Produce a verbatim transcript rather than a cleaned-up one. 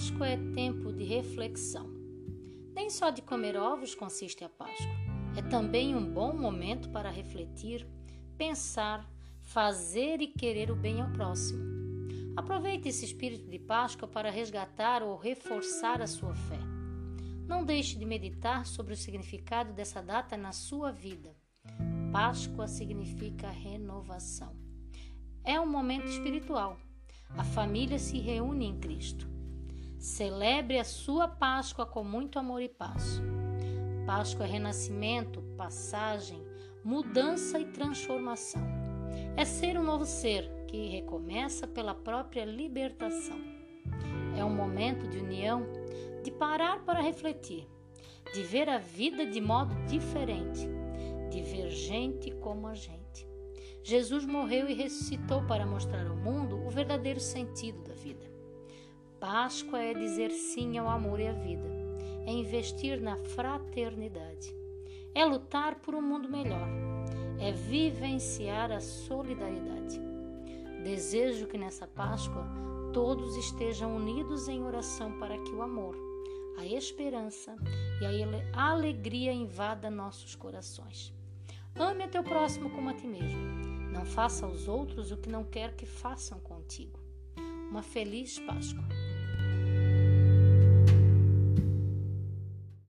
Páscoa é tempo de reflexão. Nem só de comer ovos consiste a Páscoa. É também um bom momento para refletir, pensar, fazer e querer o bem ao próximo. Aproveite esse espírito de Páscoa para resgatar ou reforçar a sua fé. Não deixe de meditar sobre o significado dessa data na sua vida. Páscoa significa renovação. É um momento espiritual. A família se reúne em Cristo. Celebre a sua Páscoa com muito amor e paz. Páscoa é renascimento, passagem, mudança e transformação. É ser um novo ser que recomeça pela própria libertação. É um momento de união, de parar para refletir, de ver a vida de modo diferente, de ver gente como a gente. Jesus morreu e ressuscitou para mostrar ao mundo o verdadeiro sentido da vida. Páscoa é dizer sim ao amor e à vida, é investir na fraternidade, é lutar por um mundo melhor, é vivenciar a solidariedade. Desejo que nessa Páscoa todos estejam unidos em oração para que o amor, a esperança e a alegria invada nossos corações. Ame a teu próximo como a ti mesmo. Não faça aos outros o que não quer que façam contigo. Uma feliz Páscoa.